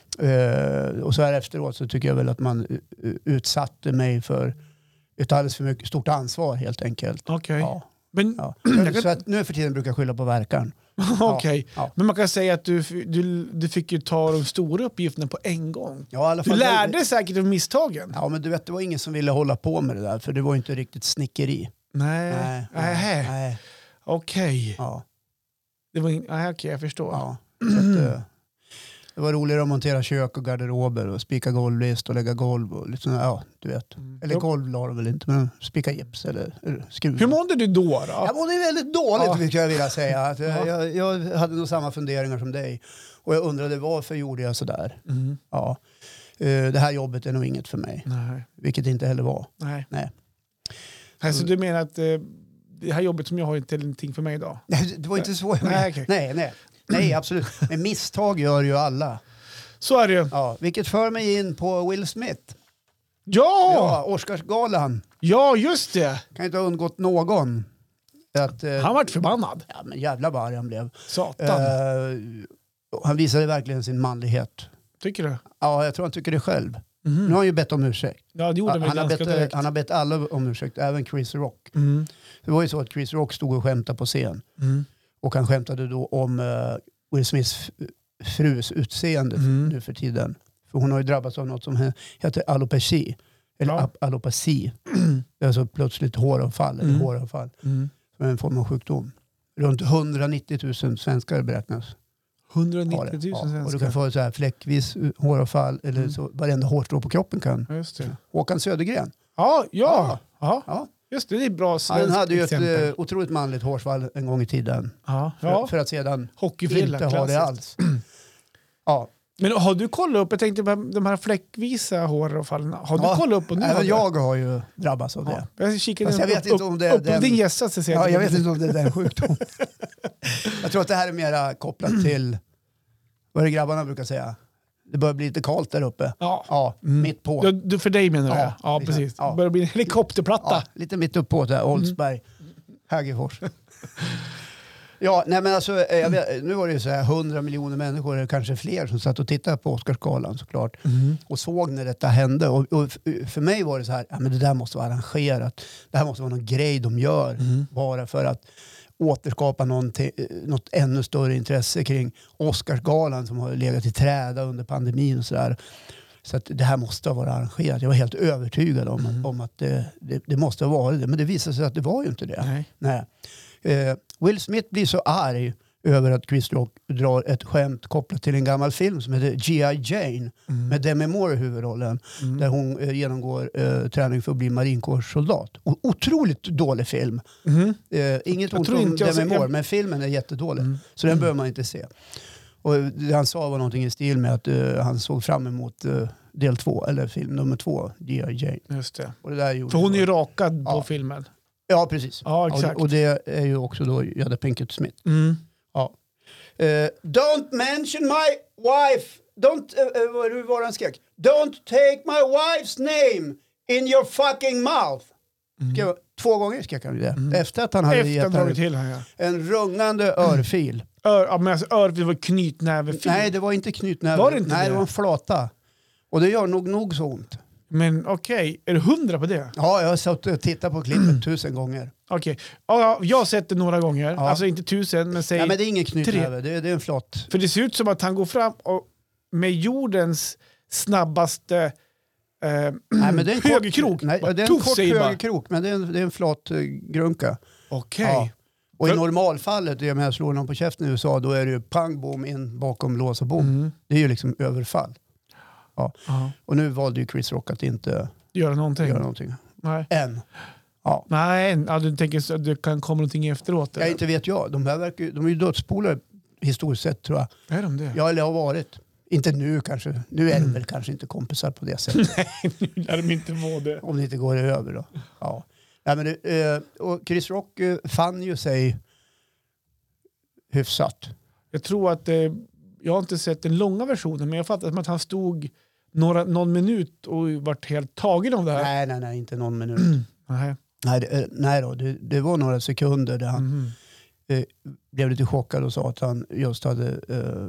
Uh, och så här efteråt så tycker jag väl att man uh, utsatte mig för ett alldeles för mycket, stort ansvar helt enkelt. Okej. Ja, Men, ja. Jag kan- Så att nu för tiden brukar jag skylla på verkan. okej. Ja. Men man kan säga att du, du, du fick ju ta de stora uppgifterna på en gång. Ja, i alla Du fall, lärde säkert av misstagen. Ja, men du vet, det var ingen som ville hålla på med det där för det var inte riktigt snickeri. Nej. Nej, Nej. nej. Okej. Ja, Det var in... Nej, okej, jag förstår. ja. Så att, eh, det var roligare att montera kök och garderober och spika golvlist och lägga golv och lite sådana, ja, du vet. Mm. Eller Jo. golv la de väl inte, men spika gips eller, eller skruv. Hur mådde du då? då? Jag mådde väldigt dåligt, Ja. vilket jag vilja säga. Att jag, Ja. jag, jag hade nog samma funderingar som dig. Och jag undrade varför gjorde jag sådär? Mm. Ja. Eh, det här jobbet är nog inget för mig. Nej. Vilket det inte heller var. Nej. Nej. Alltså, du menar att eh, det här jobbet som jag har inte är någonting för mig idag? Nej, det var inte så jag Nej, menade. okej. Nej, nej. Nej, absolut. Men misstag gör ju alla. Så är det ju. Ja, vilket för mig in på Will Smith. Ja! Ja, Oscarsgalan. Ja, just det. Kan inte ha undgått någon. Att, eh, Han vart förbannad. ja, men jävla vad arg han blev. Satan. Eh, han visade verkligen sin manlighet. Tycker du? Ja, jag tror han tycker det själv. Mhm. Nu har han ju bett om ursäkt. Ja, det gjorde Han, vi han, har ganska bett, direkt. han har bett alla om ursäkt, även Chris Rock. Mm. Det var ju så att Chris Rock stod och skämtade på scen. Mm. Och han skämtade då om uh, Will Smiths frus utseende Mm. nu för tiden. För hon har ju drabbats av något som he- heter alopeci. Eller Ja. ap- alopeci. Det är alltså plötsligt håravfall. Eller Mm. håravfall. Mm. Som är en form av sjukdom. Runt hundranittio tusen svenskar beräknas ha det. hundranittio tusen Ja. Och du svenskar. kan få så här fläckvis uh, håravfall. Eller Mm. så varenda hårstrå på kroppen kan. Ja, just det. Håkan Södergren. Ja, ja. ja. Ja. Just det, det är bra Han svenskt hade ju ett exempel. uh, otroligt manligt hårsvall en gång i tiden. Ja, För, ja. för att sedan Hockeyfrilla, inte ha det klassiskt. alls. Ja. Men har du kollat upp, jag tänkte på de här fläckvisa håravfallen, har du Ja, kollat upp? Och nu har Även du? jag har ju drabbats av det. Ja. Jag kikade Fast jag upp, vet inte upp, om det är upp, upp den- din gässa så ser Ja, att- jag vet inte om det är den sjukdomen. Jag tror att det här är mera kopplat till vad är det grabbarna brukar säga. Det börjar bli lite kallt där uppe. Ja. Ja, Mm. mitt på. Ja, du, för dig menar du? Ja, Ja, ja liksom. precis. Ja. Det börjar bli en helikopterplatta. Ja, lite mitt upp på där, Oldsberg, Hägerfors. Ja, nej men alltså, eh, jag vet, nu var det ju så här hundra miljoner människor, eller kanske fler, som satt och tittade på Oscarsgalan såklart. Mm. Och såg när detta hände. Och, och f- för mig var det så här, ja, men det där måste vara arrangerat. Det här måste vara någon grej de gör. Mm. Bara för att återskapa någonting, något ännu större intresse kring Oscarsgalan som har legat i träda under pandemin och sådär. Så att det här måste ha varit arrangerat. Jag var helt övertygad om, Mm. om att det, det, det måste ha varit det. Men det visade sig att det var ju inte det. Nej. Nej. Eh, Will Smith blir så arg över att Chris Rock drar ett skämt kopplat till en gammal film som heter G I Jane Mm. med Demi Moore i huvudrollen. Mm. Där hon eh, genomgår eh, träning för att bli marinkårssoldat. O- otroligt dålig film. Mm. Eh, inget Jag ont tror om inte jag Demi ser- Moore, men filmen är jättedålig. Mm. Så den behöver man inte se. Och det han sa var någonting i stil med att eh, han såg fram emot eh, del två, eller film nummer två, G I Jane. Just det. Och det där gjorde För hon är ju bara- rakad på Ja. filmen. Ja, precis. Ja, exakt. Och, och det är ju också då Jada Pinkett Smith. Mm. Ja. Eh, don't mention my wife. Don't, uh, vad hur var det han skrek? Don't take my wife's name in your fucking mouth. Skrev, två gånger skrek han ju det. Mm. Efter att han hade Efter gett att ha dragit henne till här, ja. en rungande örfil. Ör, ja, men alltså, ör, det var knytnävefil. Nej, det var inte knytnäve. Var det inte Nej, det? det var en flata. Och det gör nog nog så ont. Men okej, okay. Är du hundra på det? Ja, jag har suttit och tittat på klippet mm. tusen gånger. Okej, okay. ja, jag har sett det några gånger. Ja. Alltså inte tusen, men säg ja, men det är ingen knytnäve, det, det är en flott. För det ser ut som att han går fram och med jordens snabbaste eh, nej, men det är en högerkrok. Nej, det är en kort högerkrok, men det är en, det är en flott uh, grunka. Okej. Okay. Ja. Och i normalfallet, om jag slår någon på käften i U S A, då är det ju pang, bom, in bakom lås och bom. Mm. Det är ju liksom överfall. Ja. Uh-huh. Och nu valde ju Chris Rock att inte göra någonting. Göra någonting. Nej. Än. Ja. Nej, ja, du tänker att det kan komma någonting efteråt? Ja, inte vet jag. De här verkar, de är ju dödspolare historiskt sett, tror jag. Är de det? Ja, eller har varit. Inte nu kanske. Nu är de mm. väl kanske inte kompisar på det sättet. Nej, nu lär de inte vara det. Om det inte går över då. Ja. Ja, men det, eh, och Chris Rock eh, fann ju sig hyfsat. Jag tror att, eh, jag har inte sett den långa versionen, men jag fattar att han stod några, någon minut och vart helt tagen av det här. Nej, nej, nej, inte någon minut. nej. Nej, det, nej då, det, det var några sekunder där han mm. eh, blev lite chockad och sa att han just hade eh,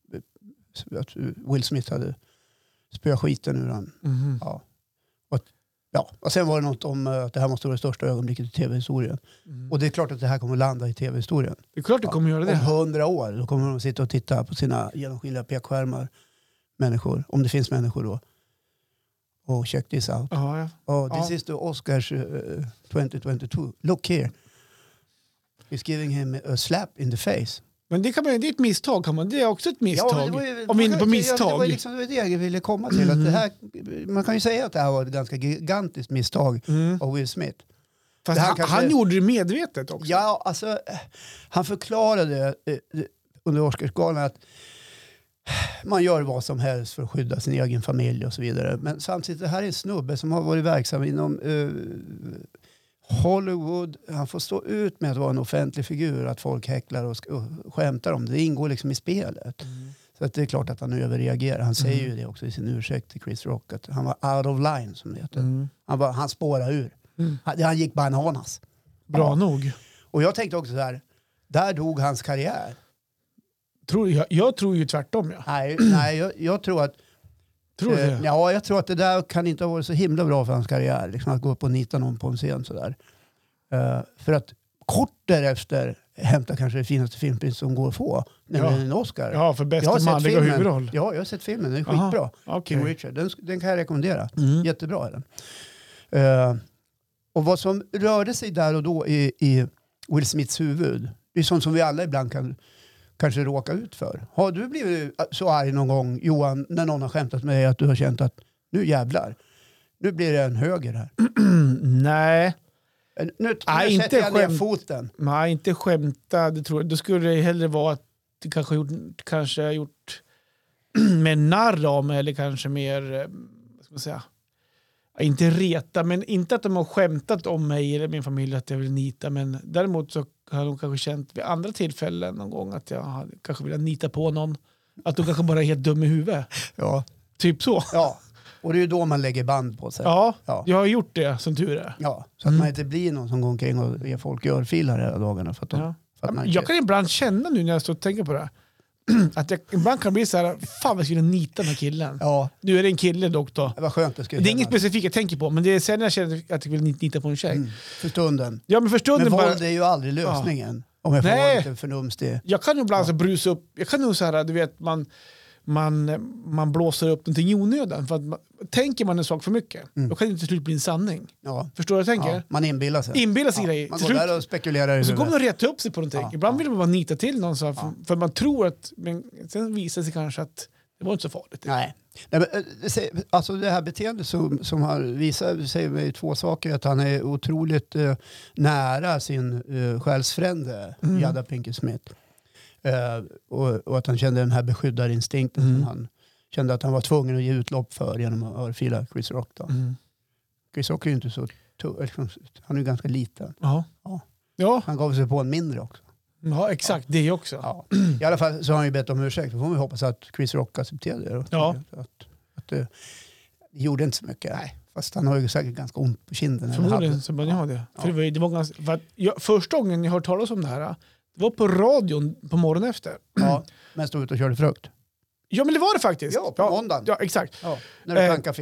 att Will Smith hade spöat skiten ur han. Mm. Ja. Och, ja. Och sen var det något om att det här måste vara det största ögonblicket i tv-historien. Mm. Och det är klart att det här kommer landa i tv-historien. Det är klart det kommer ja. göra det. Om hundra år då kommer de sitta och titta på sina genomskinliga pekskärmar. Människor, om det finns människor då. Och check this out. Ja, ja. Oh, this ja. is the Oscars uh, twenty twenty-two. Look here. He's giving him a slap in the face. Men det, kan man, det är ett misstag, kan man. Det är också ett misstag. Ja, det var ju, om inte på misstag. Det var liksom det, var det jag ville komma till. Mm. Att det här, man kan ju säga att det här var ett ganska gigantiskt misstag mm. av Will Smith. Fast han, kanske, han gjorde det medvetet också. Ja, alltså han förklarade eh, under Oscarsgalan att man gör vad som helst för att skydda sin egen familj och så vidare. Men samtidigt, det här är en snubbe som har varit verksam inom eh, Hollywood. Han får stå ut med att vara en offentlig figur, att folk häcklar och, sk- och skämtar om det. Det ingår liksom i spelet. Mm. Så att det är klart att han överreagerar. Han säger mm. ju det också i sin ursäkt till Chris Rock, att han var out of line, som det heter. Mm. Han, var, han spårade ur. Mm. Han, han gick bananas. Bra ja. nog. Och jag tänkte också så här, där dog hans karriär. Tror jag, jag tror ju tvärtom. Ja. Nej, nej jag, jag tror att tror du eh, ja, jag tror att det där kan inte ha varit så himla bra för hans karriär. Liksom att gå upp och nita någon på en scen sådär. Uh, för att kort därefter hämta kanske det finaste filmpris som går att få. Nämligen ja. en Oscar. Ja, för bästa manliga huvudroll. Ja, jag har sett filmen. Den är skitbra. Aha, okay. King Richard. Den, den kan jag rekommendera. Mm. Jättebra är den. Uh, och vad som rörde sig där och då i, i Will Smiths huvud, det är sånt som vi alla ibland kan kanske råka ut för. Har du blivit så arg någon gång, Johan, när någon har skämtat med dig att du har känt att nu jävlar, nu blir det en höger här? Nej. Nu, nu nej, inte jag skämt, ner foten. Nej, inte skämta. Det tror jag. Då skulle det hellre vara att du kanske gjort, kanske gjort med narr av mig, eller kanske mer, vad ska man säga, inte reta, men inte att de har skämtat om mig eller min familj att jag vill nita, men däremot så har de kanske känt vid andra tillfällen någon gång att jag hade kanske vill nita på någon, att de kanske bara är helt dum i huvudet. Ja. Typ så. Ja, och det är ju då man lägger band på sig. Ja, ja. Jag har gjort det som tur är. Ja, så att mm. man inte blir någon som går omkring och ger folk örfilar hela dagarna. För att de, ja. för att man jag kan ibland känna nu när jag står och tänker på det här, att jag ibland kan bli så här, fan vad skulle jag nita den här killen. Ja. Nu är det en kille dock då. Det var skönt det, det är inget specifikt jag tänker på, men det är sen jag känner att jag vill nita på en tjej. Mm. För stunden. Ja, men för stunden men bara... våld är ju aldrig lösningen. Ja. Om jag får Nej. vara lite förnumstig. Jag kan ju ibland ja. så brusa upp, jag kan nog så här, du vet, man, man, man blåser upp någonting i onödan. För att man, tänker man en sak för mycket, mm. då kan det till slut bli en sanning. Ja. Förstår du vad jag tänker? Ja. Man inbillar sig. Inbillar sig ja. grejer. Man går där och spekulerar i och så kommer man reta upp sig på någonting. Ja. Ibland ja. vill man bara nita till någon, så här, för, ja. för man tror att, men sen visar det sig kanske att det var inte så farligt. Nej. Nej, men, alltså det här beteendet som, som han visar säger mig två saker. Att han är otroligt eh, nära sin eh, själsfrände, mm. Jada Pinkett Smith. Eh, och, och att han kände den här beskyddarinstinkten mm. som han kände att han var tvungen att ge utlopp för genom att örfila Chris Rock. Då. Mm. Chris Rock är ju inte så tuff, han är ju ganska liten. Ja. Ja. Ja. Han gav sig på en mindre också. Ja, exakt. Ja. Det också. Ja. I alla fall så har han ju bett om ursäkt. Då får vi hoppas att Chris Rock accepterade det. Ja. Att, att, att det, det gjorde inte så mycket. Nej. Fast han har ju säkert ganska ont på kinden. Förmodligen så började jag ha det. Ja. För det var, det var ganska, för att jag, första gången jag hörde talas om det här, det var på radion på morgonen efter. Ja, men stod ut och körde frukt. Ja, men det var det faktiskt. Ja, på måndagen. Ja, exakt. Ja, när du tankar fel.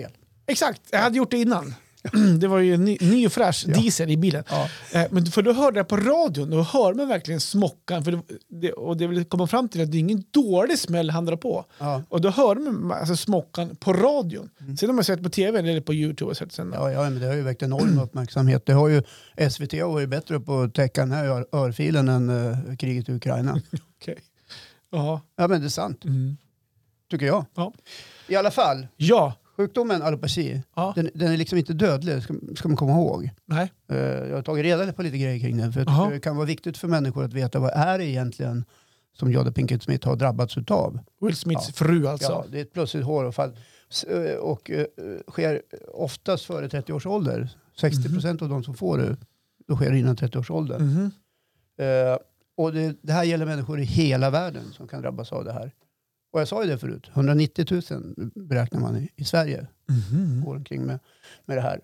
Exakt, jag hade gjort det innan. Det var ju ny, ny och fräsch Ja. diesel i bilen. Ja. Eh, men för då hörde jag på radion, då hör man verkligen smockan. För det, det, och det vill komma fram till att det är ingen dålig smäll han drar på. Ja. Och då hör man alltså, smockan på radion. Mm. Sen har man sett på tv eller på YouTube. Och sett sen. Ja, ja, men det har ju väckt enorm uppmärksamhet. Det har ju, S V T har varit bättre på att täcka den här ör, örfilen än uh, kriget i Ukraina. Okej. Ja. Ja, men det är sant. Mm. Tycker jag. Ja. I alla fall, Ja. sjukdomen alopecia, Ja. den, den är liksom inte dödlig, ska, ska man komma ihåg. Nej. Uh, jag har tagit reda på lite grejer kring den. För jag Aha. tycker det kan vara viktigt för människor att veta vad är det egentligen som Jada Pinkett Smith har drabbats utav. Will Smiths Ja. fru alltså. Ja, det är ett plötsligt håravfall. S- uh, och uh, sker oftast före trettio års ålder. sextio procent av de som får det, då sker det innan trettio års ålder. Mhm. Uh, och det, det här gäller människor i hela världen som kan drabbas av det här. Och jag sa ju det förut, hundranittio tusen beräknar man i, i Sverige Mhm. går omkring med, med det här.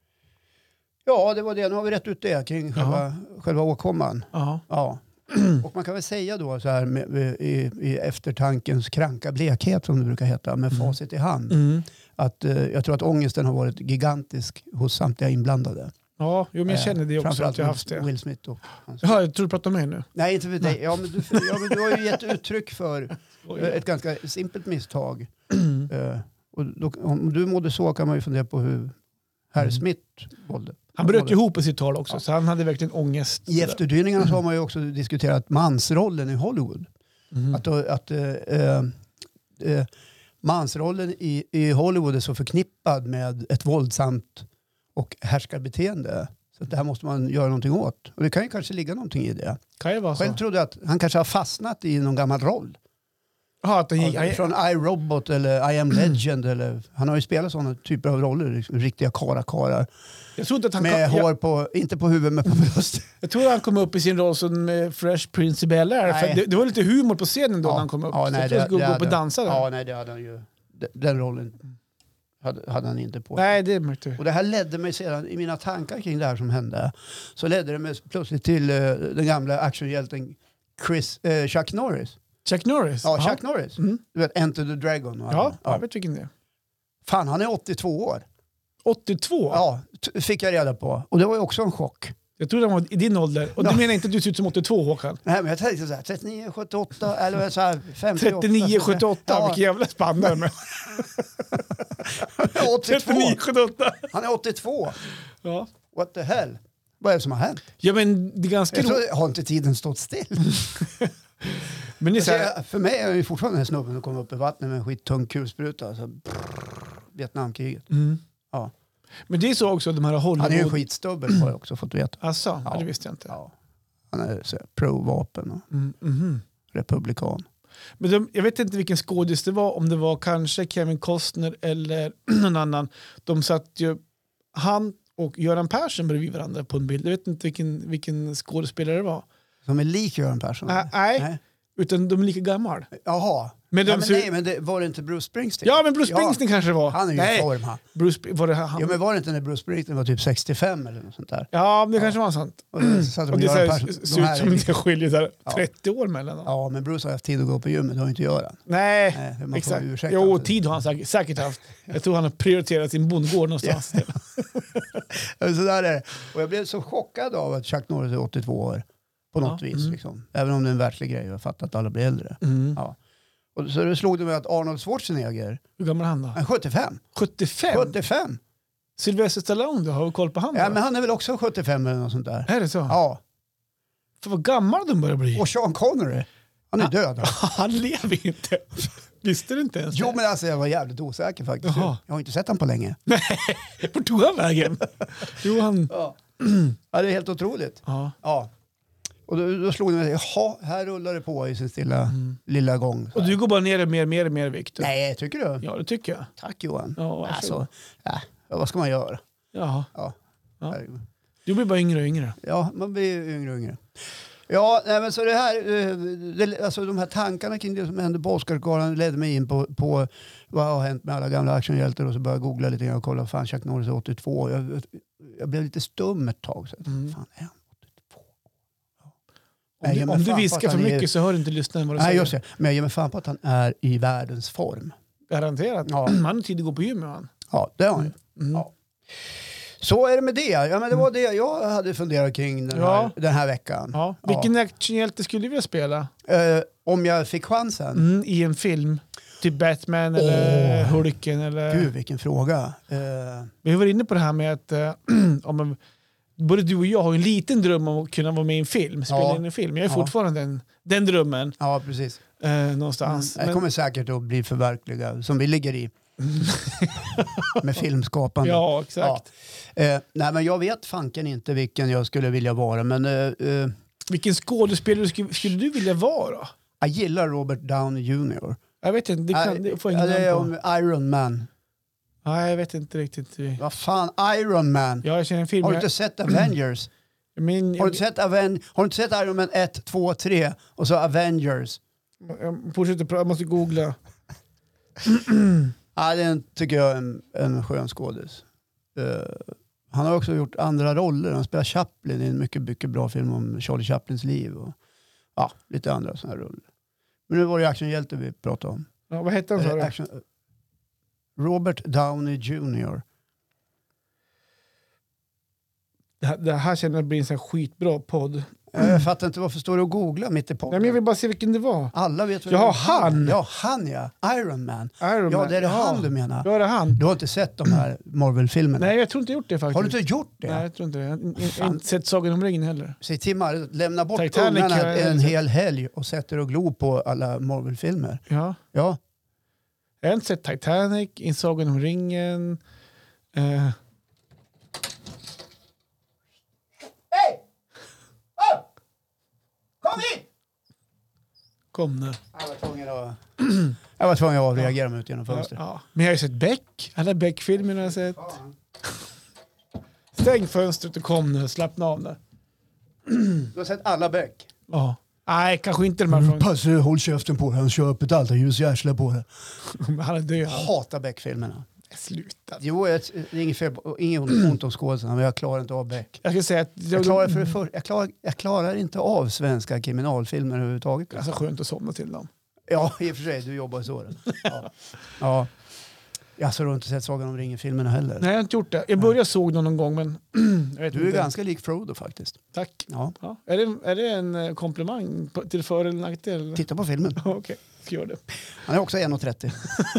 Ja, det var det. Nu har vi rätt ut det kring själva, själva åkomman. Ja. Ja. Och man kan väl säga då så här med, med, i, i eftertankens kranka blekhet som det brukar heta, med Mm. facit i hand. Mm. Att eh, jag tror att ångesten har varit gigantisk hos samtliga inblandade. Ja, jo, men jag känner det Eh, också. Framförallt Att jag har haft det. Will Smith. Och hans... Jaha, jag tror du pratar om mig nu. Nej, inte för dig. Nej. Ja, men du, ja, men du har ju gett uttryck för eh, ett ganska simpelt misstag. Eh, och då, om du mådde så kan man ju fundera på hur herr Mm. Smith mådde. Han bröt ju ihop i sitt tal också, Ja. så han hade verkligen ångest. I efterdyningarna så har man ju också diskuterat mansrollen i Hollywood. Mm. Att, att eh, eh, eh, mansrollen i, i Hollywood är så förknippad med ett våldsamt och härskarbeteende. Så att det här måste man göra någonting åt. Och det kan ju kanske ligga någonting i det. Kan ju vara så. Själv trodde jag att han kanske har fastnat i någon gammal roll. Ja, att han gick, Alltså, från iRobot eller I am Legend. Eller, han har ju spelat sådana typer av roller. Liksom, riktiga karakarar. jag trodde att han Med kom, hår jag, på, inte på huvudet men på bröstet. jag tror han kom upp i sin roll som eh, Fresh Prince of Bel-Air. Nej. För det, det var lite humor på scenen då när han kom upp. Ja, så nej, jag tror det, han skulle det gå upp och hade- dansa där. Ja, nej, det hade han ju. Den, den rollen hade, hade han inte på. Nej, det märkte du. Och det här ledde mig sedan, i mina tankar kring det här som hände, så ledde det mig plötsligt till uh, den gamla actionhjälten Chris, uh, Chuck Norris. Chuck Norris? Ja, Jaha. Chuck Norris. Mm. Du vet, Enter the Dragon. Och Ja, alla. jag vet vilken det är. Fan, han är åttiotvå år. åttiotvå? Ja, t- fick jag reda på. Och det var ju också en chock. Jag trodde han var i din ålder. Och Ja. du menar inte att du ser ut som åttiotvå, Håkan? Nej, men jag tänkte så här, trettionio, sjuttioåtta eller så här femtioåtta. trettionio sjuttioåtta, Ja, vilken jävla spann där med. åttiotvå. trettionio sjuttioåtta. Han är åttiotvå. Ja. What the hell? Vad är det som har hänt? ja, men det är ganska Jag roligt. tror, har inte tiden stått still? Men det är så här, Alltså, för mig är det fortfarande den här snubben som kommer upp i vattnet med en skittung kulspruta. Alltså, brrr, Vietnamkriget. mm. Ja. Men det är så också, de här Hollywood... Han är ju skitstubbel har jag också fått veta. Asså, ja. Ja. det visste jag inte. Ja. Han är så här pro-vapen och Mm, mhm. republikan. Men de, jag vet inte vilken skådis det var, om det var kanske Kevin Costner eller någon annan. De satt ju, han och Göran Persson bredvid varandra på en bild. Jag vet inte vilken, vilken skådespelare det var. Som är lik Göran Persson? Ä- nej, Nej. utan de är lika gamla. Jaha. Men de Ja, men ser- nej, men det, var det inte Bruce Springsteen? Ja, men Bruce Ja. Springsteen kanske det var. Han är ju nej, i form han. Bruce, var det han? Ja, men var det inte när Bruce Springsteen var typ sextiofem eller något sånt där? Ja, men det kanske var sant. Och så satt de Och det Göran ser, Persson- de ser här ut är som lika- det skiljer där Ja. trettio år mellan dem. Ja, men Bruce har haft tid att gå på gymmet, det har inte Göran. Nej, Nej, man får exakt. ursäkta Jo, honom. tid har han säkert, säkert haft. Jag tror han har prioriterat sin bondgård någonstans. Så där är det. Och jag blev så chockad av att Chuck Norris är åttiotvå år. På något Ja, vis. mm. Liksom. Även om det är en världslig grej. Jag har fattat att alla blir äldre. Mm. Ja. Och så det slog det mig att Arnold Schwarzenegger Hur gammal är han då? är sjuttiofem. sjuttiofem? sjuttiofem. Sylvester Stallone, du har vi koll på han då? Ja, men han är väl också sjuttiofem eller något sånt där. Är det så? Ja. För vad gammal de börjar bli. Och Sean Connery. Han är Ja. död. Han lever ju inte. Visste du inte ens Jo, det? men alltså jag var jävligt osäker faktiskt. Jaha. Jag har inte sett han på länge. Vart tog han vägen? Jo, han... Ja. Ja, det är helt otroligt. Ja. Ja. Och då, då slog det mig, jaha, här rullar det på i sin stilla lilla gång. Så Och här. du går bara ner mer, mer, mer i vikt? Nej, tycker du? Ja, det tycker jag. Tack Johan. Ja, varsågod. alltså, äh, vad ska man göra? Jaha. Ja. Ja. Du blir bara yngre och yngre. Ja, man blir ju yngre och yngre. Ja, nej, men så det här, eh, det, alltså de här tankarna kring det som hände på Oscarsgalan ledde mig in på, på vad har hänt med alla gamla actionhjältar och så började jag googla lite grann och kolla, fan Chuck Norris är åttiotvå. Jag, jag blev lite stum ett tag. Så, Mm. fan, är han åttiotvå? Om Nej, du, men om du fan, viskar fast för han är- mycket så hör inte lyssnaren vad du Nej, säger. just det. Men jag ger mig fan på att han är i världens form. Garanterat. Ja. Han har tid att gå på gym med han. Ja, det har han ju. Mm. Ja. Så är det med det. Ja, men det var det jag hade funderat kring den här, Ja. den här veckan. Ja. Vilken actionhjälte skulle du vilja spela? Eh, om jag fick chansen? Mm, I en film? Typ Batman eller Åh. Hulken? Eller... Gud, vilken fråga. Eh, Vi var inne på det här med att äh, om man, både du och jag har en liten dröm om att kunna vara med i en film. Spela Ja. in en film. Jag är Ja. fortfarande den, den drömmen ja, precis. äh, någonstans. Det Men, kommer säkert att bli förverkligad, som vi ligger i. Med filmskapande. ja, exakt. Ja. Eh, nej, men jag vet fanken inte vilken jag skulle vilja vara, men eh, eh, Vilken skådespelare skulle, skulle du vilja vara? jag gillar Robert Downey junior Jag vet inte, det, kan, det får jag Ja, ingen det är namn på. om Iron Man. Nej, jag vet inte riktigt. Vad fan, Iron Man? Ja, jag känner en film. Har du inte sett Avengers? Men, Har du inte sett, Aven- har du inte sett Iron Man ett, två, tre och så Avengers? jag fortsätter prata, jag måste googla. Ja, den tycker jag är en, en skön skådis. Uh, han har också gjort andra roller. Han spelar Chaplin i en mycket, mycket bra film om Charlie Chaplins liv. Och, ja, lite andra sådana här roller. Men nu var det actionhjälte vi pratade om. Ja, vad hette han sa Eh, du? action, Robert Downey junior Det här, det här känner jag blir en sån här skitbra podd. Eh, Jag fattar inte varför står det och googla mitt i podden. Nej, men jag vill bara se vilken det var. Alla vet vem Jaha, det är. han. Ja, han ja. Iron Man. Iron Ja, Man. det är det Ja. han du menar. Ja, det är han. Du har inte sett de här Marvel-filmerna? Nej, jag tror inte jag gjort det faktiskt. Har du inte gjort det? Nej, jag tror inte det. Jag har jag har inte sett Sagan om ringen heller. Säg till Marie, lämna bort Titanic, ungarna jag- en hel helg och sätter och glor på alla Marvel-filmer. Ja. Ja. Jag har inte sett Titanic, in Sagan om ringen. Eh, Hej! Oh! Kom hit! kom nu. Jag var tvungen att, jag var tvungen att avreagera mig ut genom Ja, fönstret. ja. Men jag har ju sett Beck. Alla Beck-filmerna har jag sett. Stäng fönstret och kom nu. Slappna av nu. Du har sett alla Beck? Ja. Nej, kanske inte de här från... Passa, håll käften på det. Han kör upp ett altarljus, järsla på det. Han är död. Jag hatar Beck-filmerna. Sluta. Jo, jag, det är inget fel, inget ont om skådespelarna, men jag klarar inte av Beck. Jag ska säga att... Jag klarar, för det för, jag, klarar, jag klarar inte av svenska kriminalfilmer överhuvudtaget. Alltså skönt att somna till dem. Ja, i och för sig. Du jobbar så. Ja. Ja. Jag så du har inte sett Sagan om ringen-filmerna heller. Nej, jag har inte gjort det. Jag började såg någon någon gång, men... jag vet Du är inte. ganska lik Frodo faktiskt. Tack. Ja. Ja. Är, det, är det en eh, komplimang på- till för eller nackdel? Titta på filmen. Okej, okay. Ska göra det. Han är också en komma trettio.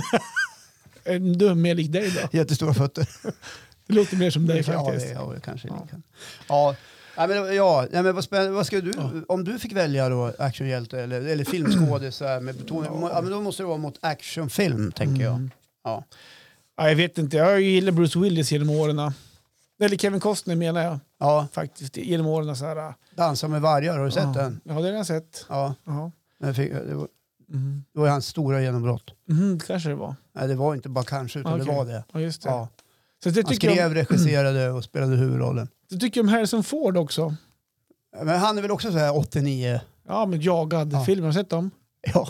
Är du mer lik dig då? Jättestora fötter. Det låter mer som dig Ja, faktiskt. det, ja, kanske Ja. lika. Ja. Ja, men, ja, ja, men vad, spänn, vad ska du, Ja. om du fick välja då actionhjälte eller, eller filmskådis så här med betoning, ja, men då måste det vara mot actionfilm, tänker jag. Mm. Ja. Ja, jag vet inte, jag har ju gillat Bruce Willis genom åren. Eller Kevin Costner menar jag Ja, faktiskt genom åren. Så här, Dansa med vargar, har du sett ja. den? Ja, det har jag sett. Ja, Ja. den fick, det, var, Mm. det var hans stora genombrott. Mm, det kanske det var. Nej, det var inte bara kanske, utan Okej. det var det. Ja, just det. Ja. Så det Han tycker, jag, skrev, regisserade och spelade huvudrollen. det tycker jag om Harrison Ford också. Men han är väl också så här åttionio? Ja, men jagad Ja. film. Har du sett dem? Ja.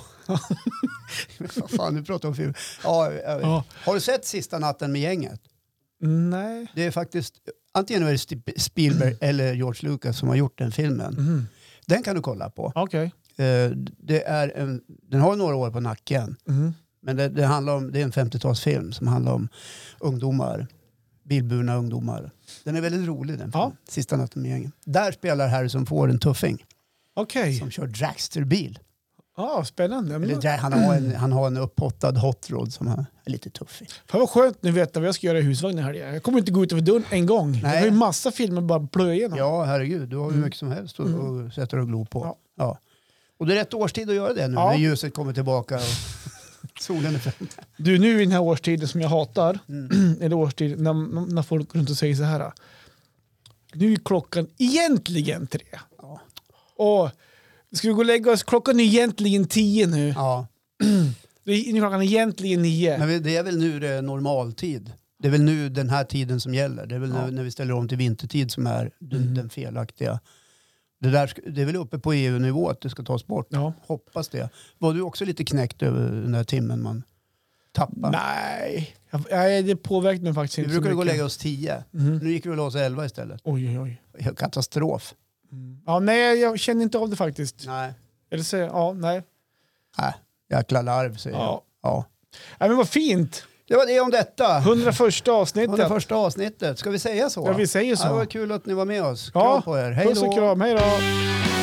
Vad fan, du pratar om film. Ja, jag vet. Ja. Har du sett Sista natten med gänget? Nej. Det är faktiskt, antingen är det Sti- Spielberg eller George Lucas som har gjort den filmen. Mm. Den kan du kolla på. Okej. Eh, Det är en, den har några år på nacken. Mm. Men det, det, handlar om, det är en femtiotalsfilm som handlar om ungdomar. Bilburna ungdomar. Den är väldigt rolig den filmen. Ja. Sista natten med gänget. Där spelar Harrison Ford en tuffing Okej. som kör dragsterbil. Ja, spännande. Men, Eller, dra- han, har en, han har en upphottad hot rod som han är lite tuff i. fan vad skönt nu veta vad jag ska göra i husvagnen här. Jag kommer inte gå ut över dörren en gång. Jag har ju massa filmer bara plöja igenom. Ja, herregud. Du har ju Mm. mycket som helst att Mm. och sätta och glo på. Ja. Ja. Och det är rätt årstid att göra det nu Ja. när ljuset kommer tillbaka och solen är framme. Du, nu i den här årstiden som jag hatar, Mm. eller årstid, när, när folk runt och säger så här. Nu är klockan egentligen tre. Ja. Och ska vi gå och lägga oss? Klockan är egentligen tio nu. Ja. Det är, nu är klockan egentligen nio. Men vi- det är väl nu det är normaltid. Det är väl nu den här tiden som gäller. Det är väl Ja. nu när vi ställer om till vintertid som är den, Mm. den felaktiga. Det, där, sk- det är väl uppe på E U-nivå att det ska tas bort. Ja. Hoppas det. Var du också lite knäckt över den där timmen man tappar? Nej, jag, nej, det påverkar mig faktiskt Vi inte så brukade gå och mycket. lägga oss tio. Mhm. Nu gick vi och la oss elva istället. Oj, oj, oj. Katastrof. Ja, nej, jag känner inte av det faktiskt. Nej. Eller så, ja, nej. Nej, jäkla larv säger jag. Ja. Ja. Nej, men vad fint. Det var det om detta. hundraförsta avsnittet. hundraförsta avsnittet. Ska vi säga så? Ja, vi säger så. Ja, det var kul att ni var med oss. Ja, kram på er. Hej puss och då. kram. Hej då.